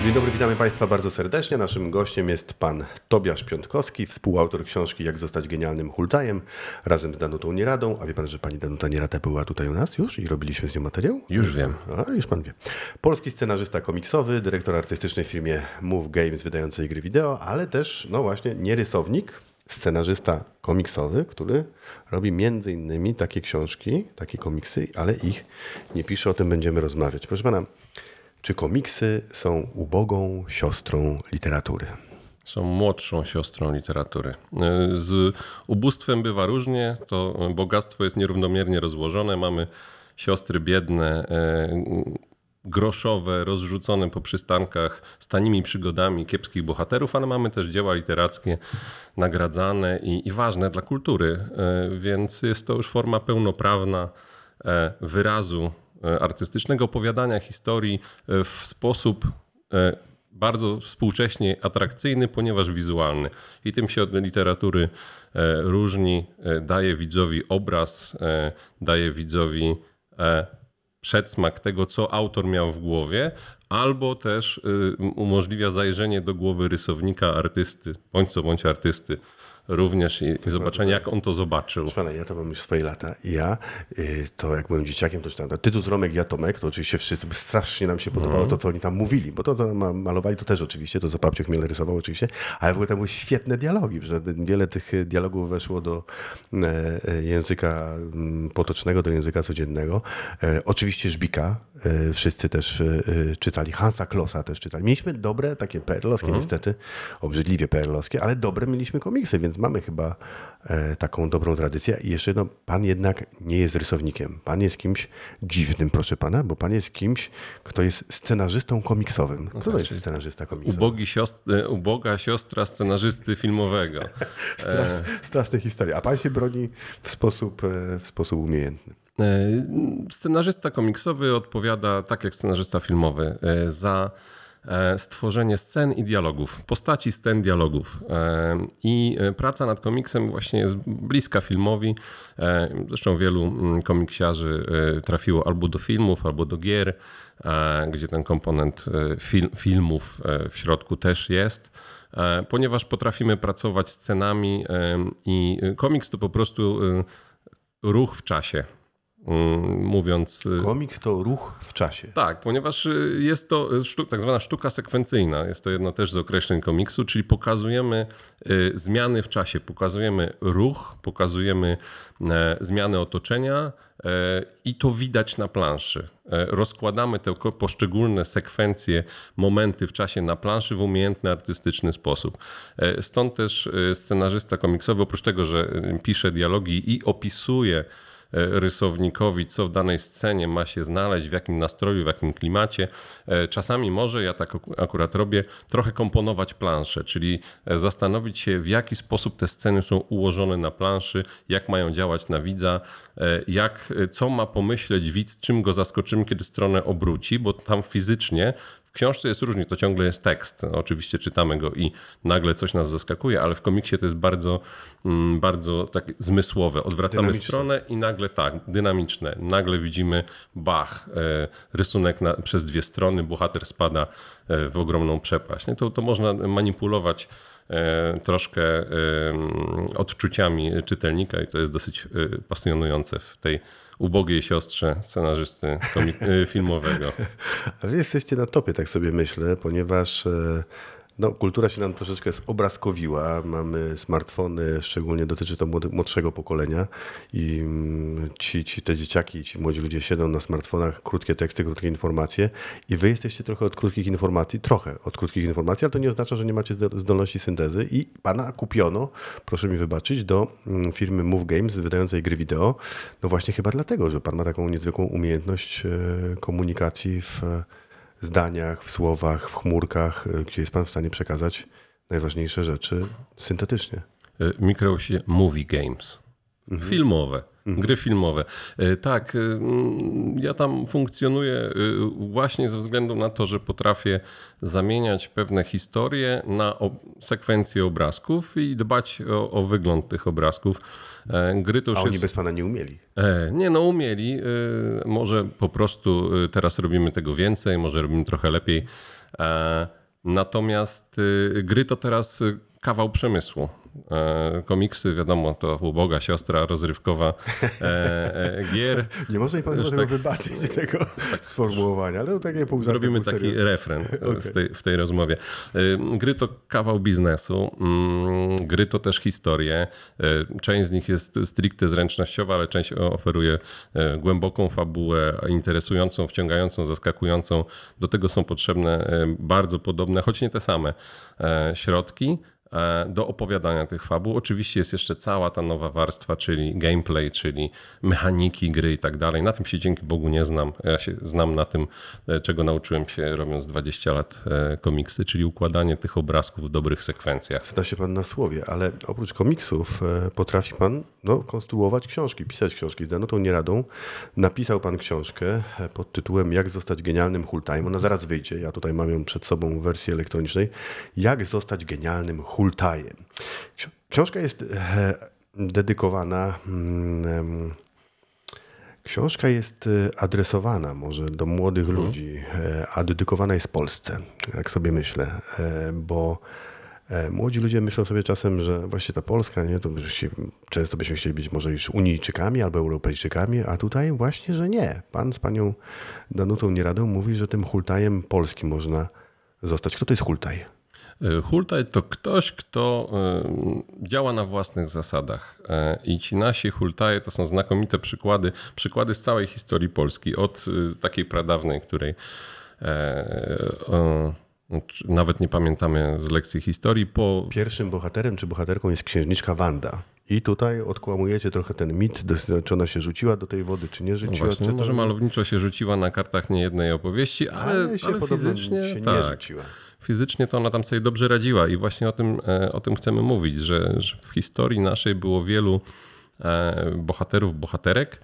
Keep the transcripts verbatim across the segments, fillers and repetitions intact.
Dzień dobry, witamy Państwa bardzo serdecznie. Naszym gościem jest pan Tobiasz Piątkowski, współautor książki Jak zostać genialnym hultajem, razem z Danutą Nieradą. A wie pan, że pani Danuta Nierada była tutaj u nas już i robiliśmy z nią materiał? Już wiem. A, już pan wie. Polski scenarzysta komiksowy, dyrektor artystyczny w firmie Move Games, wydającej gry wideo, ale też, no właśnie, nie rysownik, scenarzysta komiksowy, który robi między innymi takie książki, takie komiksy, ale ich nie pisze, o tym będziemy rozmawiać. Proszę pana, czy komiksy są ubogą siostrą literatury? Są młodszą siostrą literatury. Z ubóstwem bywa różnie, to bogactwo jest nierównomiernie rozłożone. Mamy siostry biedne, groszowe, rozrzucone po przystankach z tanimi przygodami kiepskich bohaterów, ale mamy też dzieła literackie nagradzane i, i ważne dla kultury, więc jest to już forma pełnoprawna wyrazu artystycznego, opowiadania historii w sposób bardzo współcześnie atrakcyjny, ponieważ wizualny. I tym się od literatury różni, daje widzowi obraz, daje widzowi przedsmak tego, co autor miał w głowie, albo też umożliwia zajrzenie do głowy rysownika, artysty, bądź co bądź artysty. Również i, i zobaczenie, jak on to zobaczył. Proszę pana, ja to mam już swoje lata. Ja y, to jak byłem dzieciakiem, to czytałem Tytus, Romek, ja Tomek, to oczywiście wszyscy, strasznie nam się podobało mm. to, co oni tam mówili, bo to, co malowali, to też oczywiście, to co Papcio Chmiel rysował oczywiście, ale w ogóle tam były świetne dialogi, że wiele tych dialogów weszło do e, języka potocznego, do języka codziennego. E, oczywiście Żbika, e, wszyscy też e, czytali, Hansa Klossa też czytali. Mieliśmy dobre, takie perlowskie mm. niestety, obrzydliwie perlowskie, ale dobre mieliśmy komiksy, więc mamy chyba e, taką dobrą tradycję. I jeszcze no, pan jednak nie jest rysownikiem. Pan jest kimś dziwnym, proszę pana, bo pan jest kimś, kto jest scenarzystą komiksowym. Kto no to tak, jest scenarzysta komiksowy? Ubogi siostra, uboga siostra scenarzysty filmowego. Strasz, straszne historie. A pan się broni w sposób, w sposób umiejętny. Scenarzysta komiksowy odpowiada, tak jak scenarzysta filmowy, za stworzenie scen i dialogów, postaci, scen, dialogów. I praca nad komiksem właśnie jest bliska filmowi. Zresztą wielu komiksiarzy trafiło albo do filmów, albo do gier, gdzie ten komponent fil- filmów w środku też jest. Ponieważ potrafimy pracować scenami i komiks to po prostu ruch w czasie. Mówiąc... Komiks to ruch w czasie. Tak, ponieważ jest to sztu- tak zwana sztuka sekwencyjna. Jest to jedno też z określeń komiksu, czyli pokazujemy zmiany w czasie, pokazujemy ruch, pokazujemy zmiany otoczenia i to widać na planszy. Rozkładamy te poszczególne sekwencje, momenty w czasie na planszy w umiejętny, artystyczny sposób. Stąd też scenarzysta komiksowy, oprócz tego, że pisze dialogi i opisuje rysownikowi, co w danej scenie ma się znaleźć, w jakim nastroju, w jakim klimacie. Czasami może, ja tak akurat robię, trochę komponować planszę, czyli zastanowić się, w jaki sposób te sceny są ułożone na planszy, jak mają działać na widza, jak, co ma pomyśleć widz, czym go zaskoczymy, kiedy stronę obróci, bo tam fizycznie w książce jest różnie, to ciągle jest tekst. Oczywiście czytamy go i nagle coś nas zaskakuje, ale w komiksie to jest bardzo, bardzo tak zmysłowe. Odwracamy dynamiczne stronę i nagle tak, dynamiczne. Nagle widzimy bach, rysunek na, przez dwie strony, bohater spada w ogromną przepaść. To, to można manipulować troszkę odczuciami czytelnika i to jest dosyć pasjonujące w tej ubogiej siostrze scenarzysty komik- filmowego. A wy jesteście na topie, tak sobie myślę, ponieważ no, kultura się nam troszeczkę zobrazkowiła. Mamy smartfony, szczególnie dotyczy to młodszego pokolenia i ci, ci te dzieciaki, ci młodzi ludzie siedzą na smartfonach, krótkie teksty, krótkie informacje i wy jesteście trochę od krótkich informacji, trochę od krótkich informacji, ale to nie oznacza, że nie macie zdolności syntezy i pana kupiono, proszę mi wybaczyć, do firmy Move Games wydającej gry wideo. No właśnie chyba dlatego, że pan ma taką niezwykłą umiejętność komunikacji w zdaniach, w słowach, w chmurkach, gdzie jest pan w stanie przekazać najważniejsze rzeczy syntetycznie. Mikro się Movie Games. Mhm. Filmowe. Gry filmowe. E, Tak, e, mm, ja tam funkcjonuję e, właśnie ze względu na to, że potrafię zamieniać pewne historie na o- sekwencje obrazków i dbać o, o wygląd tych obrazków. E, Gry to już A oni jest... bez pana nie umieli. E, Nie, no umieli. E, Może po prostu e, teraz robimy tego więcej, może robimy trochę lepiej. E, Natomiast e, gry to teraz e, kawał przemysłu. E, Komiksy, wiadomo, to uboga siostra rozrywkowa e, e, gier. Nie może mi pan Już chyba tego tak- wybaczyć, tego sformułowania, ale to takie pół żartem, Zrobimy pół taki serio. refren z tej, w tej rozmowie. Y, Gry to kawał biznesu, mm, gry to też historie. Y, Część z nich jest stricte zręcznościowa, ale część oferuje y, głęboką fabułę, interesującą, wciągającą, zaskakującą. Do tego są potrzebne y, bardzo podobne, choć nie te same y, środki do opowiadania tych fabuł. Oczywiście jest jeszcze cała ta nowa warstwa, czyli gameplay, czyli mechaniki gry i tak dalej. Na tym się dzięki Bogu nie znam. Ja się znam na tym, czego nauczyłem się robiąc dwadzieścia lat komiksy, czyli układanie tych obrazków w dobrych sekwencjach. Zna się pan na słowie, ale oprócz komiksów e, potrafi pan no, konstruować książki, pisać książki. Z Danutą Nieradą napisał pan książkę e, pod tytułem Jak zostać genialnym hultajem. Ona zaraz wyjdzie. Ja tutaj mam ją przed sobą w wersji elektronicznej. Jak zostać genialnym hultajem. Ksi- Książka jest e, dedykowana... Mm, Książka jest e, adresowana może do młodych ludzi, e, a dedykowana jest Polsce, jak sobie myślę, e, bo e, młodzi ludzie myślą sobie czasem, że właśnie ta Polska, nie, to się, często byśmy chcieli być może już Unijczykami albo Europejczykami, a tutaj właśnie, że nie. Pan z panią Danutą Nieradą mówi, że tym hultajem polskim można zostać. Kto to jest hultaj? Hultaj to ktoś, kto y, działa na własnych zasadach. Y, I ci nasi hultaje to są znakomite przykłady, przykłady z całej historii Polski. Od y, takiej pradawnej, której e, e, nawet nie pamiętamy z lekcji historii, po... Pierwszym bohaterem czy bohaterką jest księżniczka Wanda. I tutaj odkłamujecie trochę ten mit, czy ona się rzuciła do tej wody, czy nie No rzuciła. właśnie, czy to... może malowniczo się rzuciła na kartach niejednej opowieści, ale, ale się ale podobno fizycznie się nie tak. rzuciła. Fizycznie to ona tam sobie dobrze radziła i właśnie o tym, o tym chcemy mówić, że, że w historii naszej było wielu bohaterów, bohaterek,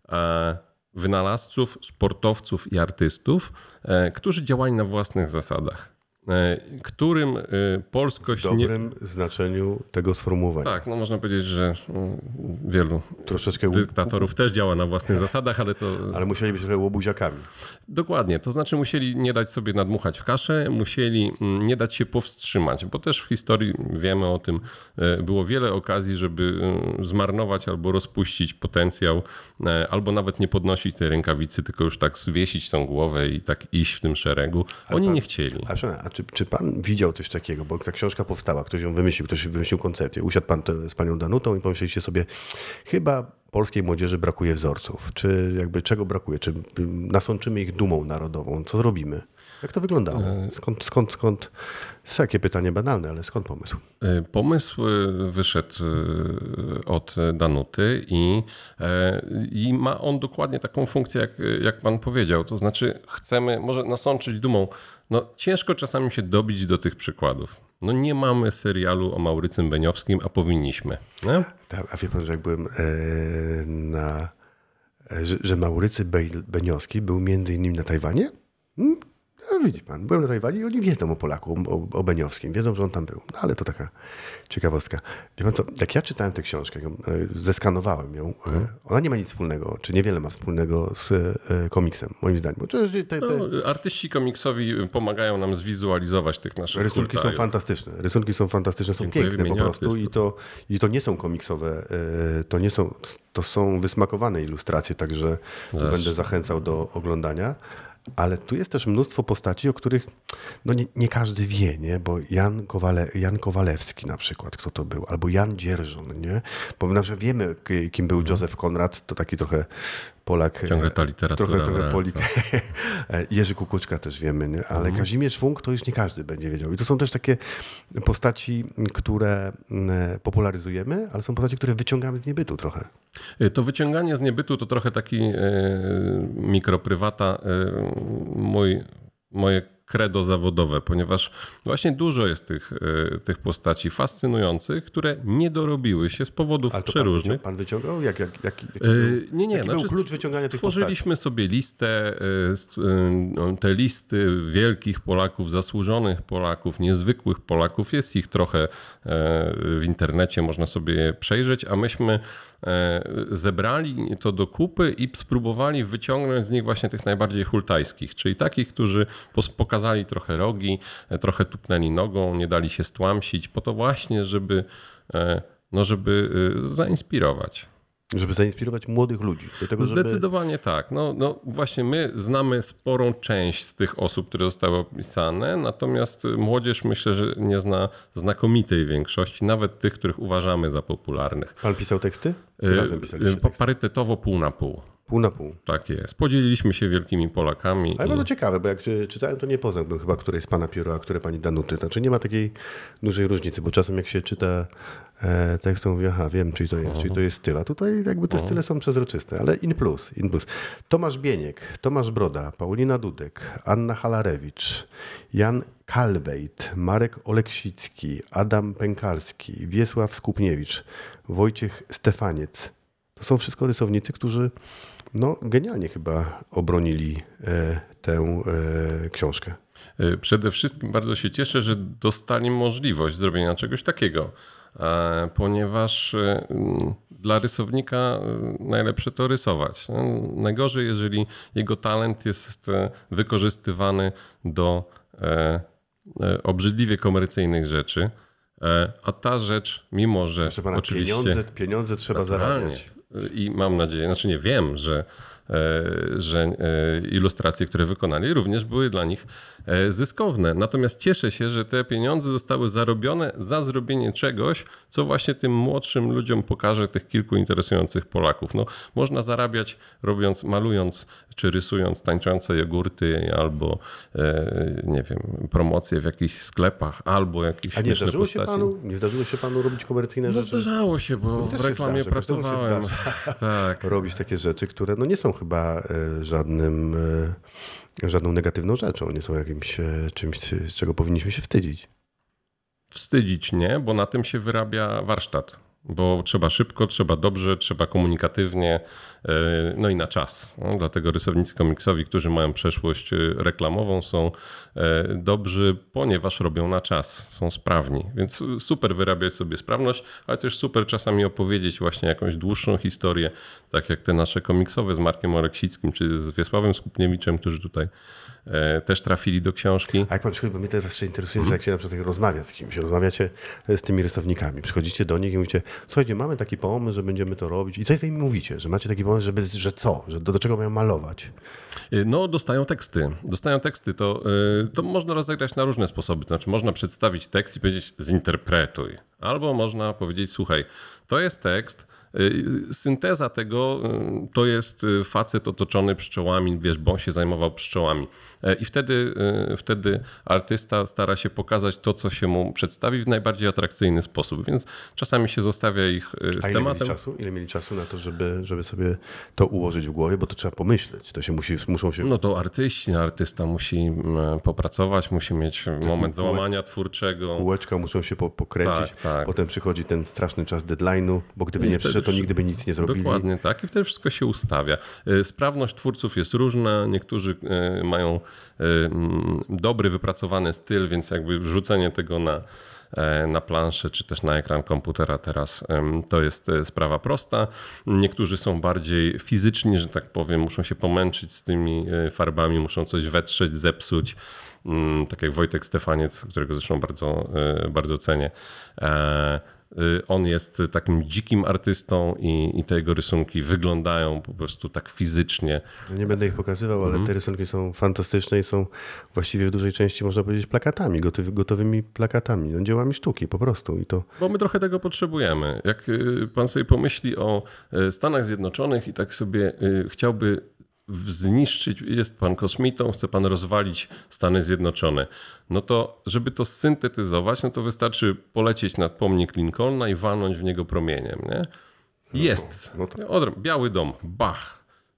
wynalazców, sportowców i artystów, którzy działali na własnych zasadach, którym polskość... W dobrym nie... znaczeniu tego sformułowania. Tak, no można powiedzieć, że wielu Troszeczkę dyktatorów też działa na własnych zasadach, ale to... Ale musieli być trochę łobuziakami. Dokładnie, to znaczy musieli nie dać sobie nadmuchać w kaszę, musieli nie dać się powstrzymać, bo też w historii wiemy o tym, było wiele okazji, żeby zmarnować albo rozpuścić potencjał, albo nawet nie podnosić tej rękawicy, tylko już tak zwiesić tą głowę i tak iść w tym szeregu. Oni pan, nie chcieli. A, a czy, czy pan widział coś takiego, bo ta książka powstała, ktoś ją wymyślił, ktoś wymyślił koncepcję, usiadł pan te, z panią Danutą i pomyśleliście sobie, chyba polskiej młodzieży brakuje wzorców, czy jakby czego brakuje, czy nasączymy ich dumą narodową, co zrobimy? Jak to wyglądało? Skąd, skąd, skąd? Jest takie pytanie banalne, ale skąd pomysł? Pomysł wyszedł od Danuty i, i ma on dokładnie taką funkcję, jak, jak pan powiedział. To znaczy chcemy może nasączyć dumą. No, ciężko czasami się dobić do tych przykładów. No, nie mamy serialu o Maurycym Beniowskim, a powinniśmy. Nie? Tak, a wie pan, że jak byłem na... że, że Maurycy Beniowski był między innymi na Tajwanie? Hmm? No, widzi pan, byłem na Tajwanie i oni wiedzą o Polaku, o, o Beniowskim, wiedzą, że on tam był. No ale to taka ciekawostka. Wie pan co, jak ja czytałem tę książkę, ją, zeskanowałem ją, hmm. ona nie ma nic wspólnego, czy niewiele ma wspólnego z komiksem, moim zdaniem. Bo te, te... No, artyści komiksowi pomagają nam zwizualizować tych naszych Rysunki hultajów. są fantastyczne, rysunki są fantastyczne, są Dziękuję, piękne po prostu artystów. i to, i to nie są komiksowe, to nie są, to są wysmakowane ilustracje, także Zaś. będę zachęcał do oglądania. Ale tu jest też mnóstwo postaci, o których no nie, nie każdy wie, nie? Bo Jan, Kowale, Jan Kowalewski na przykład, kto to był, albo Jan Dzierżon, nie? Bo na przykład wiemy, kim był Józef Konrad, to taki trochę Polak. Ciągle ta literatura Trochę, trochę Polik. wraca. Jerzy Kukuczka też wiemy, nie? Ale Mhm. Kazimierz Funk to już nie każdy będzie wiedział. I to są też takie postaci, które popularyzujemy, ale są postaci, które wyciągamy z niebytu trochę. To wyciąganie z niebytu to trochę taki e, mikroprywata. E, mój, moje credo zawodowe, ponieważ właśnie dużo jest tych, y, tych postaci fascynujących, które nie dorobiły się z powodów Ale to pan, przeróżnych. wycią- pan wyciągał? Jak, jak, jak, jaki Yy, był, Nie, nie. jaki Znaczy, był klucz wyciągania tych postaci? Stworzyliśmy sobie listę, yy, st- yy, te listy wielkich Polaków, zasłużonych Polaków, niezwykłych Polaków. Jest ich trochę yy, w internecie, można sobie je przejrzeć, a myśmy yy, zebrali to do kupy i spróbowali wyciągnąć z nich właśnie tych najbardziej hultajskich, czyli takich, którzy pos- pokazali trochę rogi, yy, trochę tupnęli nogą, nie dali się stłamsić, po to właśnie, żeby, yy, no żeby yy, zainspirować. Żeby zainspirować młodych ludzi do tego, żeby... Zdecydowanie tak. No, no właśnie my znamy sporą część z tych osób, które zostały opisane, natomiast młodzież myślę, że nie zna znakomitej większości, nawet tych, których uważamy za popularnych. Pan pisał teksty? Czy razem pisaliście Pa- teksty? Parytetowo pół na pół. Pół na pół. Tak jest. Podzieliliśmy się wielkimi Polakami. Ale i- bardzo ciekawe, bo jak czy- czytałem, to nie poznałbym chyba, które jest pana pióro, a które pani Danuty. Znaczy nie ma takiej dużej różnicy, bo czasem jak się czyta e, tekst, to mówię, aha, wiem, czyli to jest, czyli to jest styl. A tutaj jakby te style są przezroczyste, ale in plus, in plus. Tomasz Bieniek, Tomasz Broda, Paulina Dudek, Anna Halarewicz, Jan Kalwejt, Marek Oleksicki, Adam Pękalski, Wiesław Skupniewicz, Wojciech Stefaniec. To są wszystko rysownicy, którzy no, genialnie chyba obronili e, tę e, książkę. Y, Przede wszystkim bardzo się cieszę, że dostali możliwość zrobienia czegoś takiego, e, ponieważ y, mm, dla rysownika y, najlepsze to rysować. No, Najgorzej, jeżeli jego talent jest e, wykorzystywany do e, e, obrzydliwie komercyjnych rzeczy, e, a ta rzecz, mimo że Proszę pana, oczywiście... pieniądze, pieniądze trzeba Naturalnie. zarabiać. I mam nadzieję, znaczy nie wiem, że, e, że e, ilustracje, które wykonali, również były dla nich e, zyskowne. Natomiast cieszę się, że te pieniądze zostały zarobione za zrobienie czegoś, co właśnie tym młodszym ludziom pokaże tych kilku interesujących Polaków. No, można zarabiać robiąc, malując czy rysując tańczące jogurty albo e, nie wiem, promocje w jakichś sklepach albo jakieś A nie śmieszne zdarzyło się postaci. panu, nie zdarzyło się panu robić komercyjne No rzeczy? zdarzało się, bo też w się reklamie zdarza, każdemu się pracowałem. Tak. Robić takie rzeczy, które no, nie są chyba e, żadnym, e, żadną negatywną rzeczą, nie są jakimś e, czymś, z czego powinniśmy się wstydzić. Wstydzić nie, bo na tym się wyrabia warsztat. Bo trzeba szybko, trzeba dobrze, trzeba komunikatywnie, yy, no i na czas. No, dlatego rysownicy komiksowi, którzy mają przeszłość yy, reklamową, są yy, dobrzy, ponieważ robią na czas, są sprawni. Więc super wyrabiać sobie sprawność, ale też super czasami opowiedzieć właśnie jakąś dłuższą historię, tak jak te nasze komiksowe z Markiem Oleksickim czy z Wiesławem Skupniewiczem, którzy tutaj yy, też trafili do książki. A jak pan przychodzi, bo mnie to zawsze interesuje, że jak się na przykład rozmawia z kimś, rozmawiacie z tymi rysownikami, przychodzicie do nich i mówicie, słuchajcie, mamy taki pomysł, że będziemy to robić i co wy im mówicie, że macie taki pomysł, żeby, że co, że do, do czego mają malować? No, dostają teksty. Dostają teksty. To, yy, to można rozegrać na różne sposoby. To znaczy, można przedstawić tekst i powiedzieć zinterpretuj. Albo można powiedzieć, słuchaj, to jest tekst, yy, synteza tego yy, to jest facet otoczony pszczołami, wiesz, bo on się zajmował pszczołami. Yy, I wtedy, yy, wtedy artysta stara się pokazać to, co się mu przedstawi w najbardziej atrakcyjny sposób. Więc czasami się zostawia ich yy, z A ile mieli tematem. czasu? Ile mieli czasu na to, żeby, żeby sobie to ułożyć w głowie, bo to trzeba pomyśleć, to się musi, muszą się... No to artyści, artysta musi mm, popracować, musi mieć moment załamania twórczego. Kółeczka muszą się po, pokręcić, Tak, tak. potem przychodzi ten straszny czas deadline'u, bo gdyby I nie wtedy przyszedł, to wszy- nigdy by nic nie zrobili. Dokładnie tak i wtedy wszystko się ustawia. Y, Sprawność twórców jest różna, niektórzy y, mają y, mm, dobry, wypracowany styl, więc jakby wrzucenie tego na, e, na planszę czy też na ekran komputera teraz em, to jest e, sprawa prosta. Niektórzy są bardziej fizyczni, że tak powiem, muszą się pomęczyć z tymi e, farbami, muszą coś wetrzeć, zepsuć. Mm, Tak jak Wojtek Stefaniec, którego zresztą bardzo, e, bardzo cenię. E, y, On jest takim dzikim artystą i, i te jego rysunki wyglądają po prostu tak fizycznie. No nie będę ich pokazywał, ale te rysunki są fantastyczne i są właściwie w dużej części, można powiedzieć, plakatami, gotowy, gotowymi plakatami, no, dziełami sztuki po prostu. I to Bo my trochę tego potrzebujemy. Jak y, pan sobie pomyśli o y, Stanach Zjednoczonych i tak sobie y, chciałby w- zniszczyć, jest pan kosmitą, chce pan rozwalić Stany Zjednoczone, no to żeby to syntetyzować, no to wystarczy polecieć nad pomnik Lincolna i walnąć w niego promieniem, nie? Jest. no to- Od- Biały Dom, bach.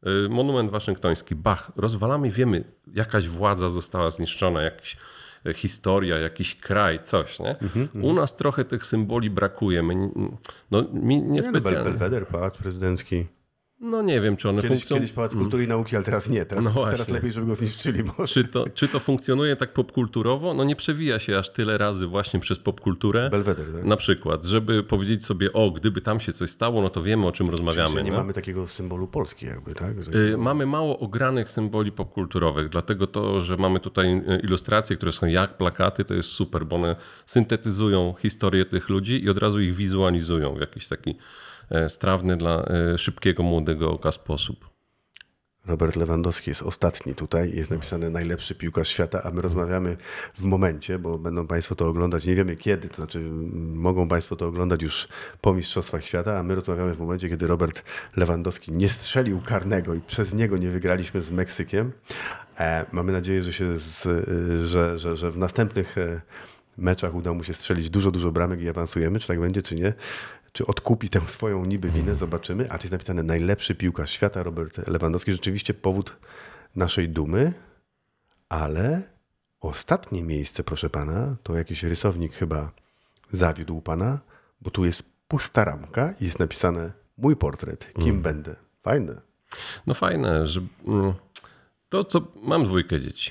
y, monument waszyngtoński, bach, rozwalamy, wiemy, jakaś władza została zniszczona, jakaś historia, jakiś kraj, coś, nie? U nas trochę tych symboli brakuje. My, no, mi Nie, no, niespecjalnie. Bel- Belweder, Pałac Prezydencki. No nie wiem, czy one Kiedyś, funkcjonują. kiedyś Pałac Kultury i Nauki, ale teraz nie. Teraz, No teraz właśnie. lepiej, żeby go zniszczyli. Bo... Czy to, czy to funkcjonuje tak popkulturowo? No nie przewija się aż tyle razy właśnie przez popkulturę. Belweder, tak? Na przykład, żeby powiedzieć sobie, o, gdyby tam się coś stało, no to wiemy, o czym rozmawiamy. Że nie nie? mamy takiego symbolu Polski jakby, tak? Że... Y, Mamy mało ogranych symboli popkulturowych, dlatego to, że mamy tutaj ilustracje, które są jak plakaty, to jest super, bo one syntetyzują historię tych ludzi i od razu ich wizualizują w jakiś taki e, strawny dla e, szybkiego, młodego oka sposób. Robert Lewandowski jest ostatni tutaj. Jest napisane najlepszy piłkarz świata, a my rozmawiamy w momencie, bo będą Państwo to oglądać, nie wiemy kiedy, to znaczy mogą Państwo to oglądać już po Mistrzostwach Świata, a my rozmawiamy w momencie, kiedy Robert Lewandowski nie strzelił karnego i przez niego nie wygraliśmy z Meksykiem. E, mamy nadzieję, że, się z, że, że, że w następnych meczach uda mu się strzelić dużo, dużo bramek i awansujemy. Czy tak będzie, czy nie? Czy odkupi tę swoją niby winę? Zobaczymy. A czy jest napisane najlepszy piłkarz świata Robert Lewandowski? Rzeczywiście powód naszej dumy, ale ostatnie miejsce, proszę pana, to jakiś rysownik chyba zawiódł pana, bo tu jest pusta ramka i jest napisane mój portret, kim mm. będę. Fajne. No fajne, że to co, mam dwójkę dzieci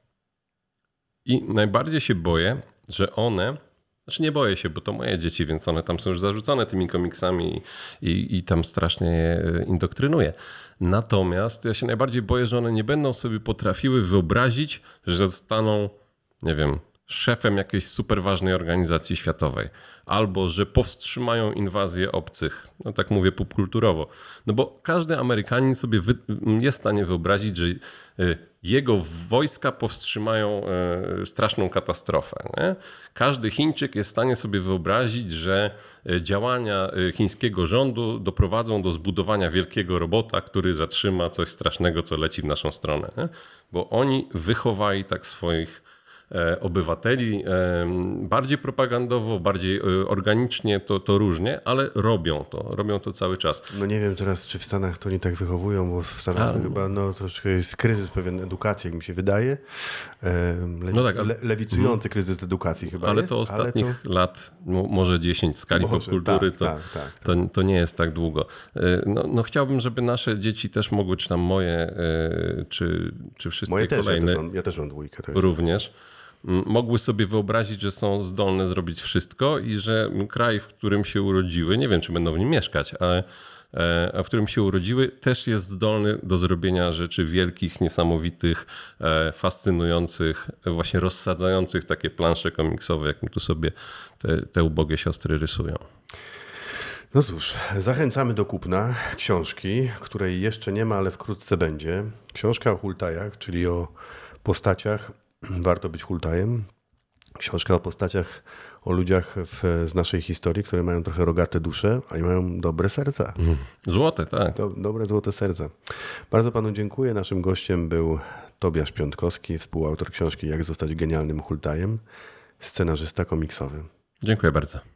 i najbardziej się boję, że one, znaczy nie boję się, bo to moje dzieci, więc one tam są już zarzucone tymi komiksami i, i, i tam strasznie je indoktrynuję. Natomiast ja się najbardziej boję, że one nie będą sobie potrafiły wyobrazić, że zostaną, nie wiem, szefem jakiejś super ważnej organizacji światowej. Albo, że powstrzymają inwazję obcych. No tak mówię popkulturowo. No bo każdy Amerykanin sobie wy, jest w stanie wyobrazić, że jego wojska powstrzymają straszną katastrofę. Nie? Każdy Chińczyk jest w stanie sobie wyobrazić, że działania chińskiego rządu doprowadzą do zbudowania wielkiego robota, który zatrzyma coś strasznego, co leci w naszą stronę. Nie? Bo oni wychowali tak swoich obywateli bardziej propagandowo, bardziej organicznie, to, to różnie, ale robią to, robią to cały czas. No nie wiem teraz, czy w Stanach to nie tak wychowują, bo w Stanach A, chyba no, troszeczkę jest kryzys pewien edukacji, jak mi się wydaje. Lewic, no tak, ale, le, lewicujący kryzys edukacji chyba ale jest. to ostatnich ale to... lat, no, może dziesięć w skali Może, popkultury, tak, to, tak, tak, tak. To, to nie jest tak długo. No, no chciałbym, żeby nasze dzieci też mogły, czy tam moje, czy, czy wszystkie moje też, kolejne ja też mam, ja też mam dwójkę. Też. również, mogły sobie wyobrazić, że są zdolne zrobić wszystko i że kraj, w którym się urodziły, nie wiem, czy będą w nim mieszkać, ale a w którym się urodziły, też jest zdolny do zrobienia rzeczy wielkich, niesamowitych, fascynujących, właśnie rozsadzających takie plansze komiksowe, jak mi tu sobie te, te ubogie siostry rysują. No cóż, zachęcamy do kupna książki, której jeszcze nie ma, ale wkrótce będzie. Książka o hultajach, czyli o postaciach. Warto być hultajem. Książka o postaciach, o ludziach w, z naszej historii, które mają trochę rogate dusze, a i mają dobre serca. Złote, tak. Do, dobre, złote serca. Bardzo panu dziękuję. Naszym gościem był Tobiasz Piątkowski, współautor książki Jak zostać genialnym hultajem, scenarzysta komiksowy. Dziękuję bardzo.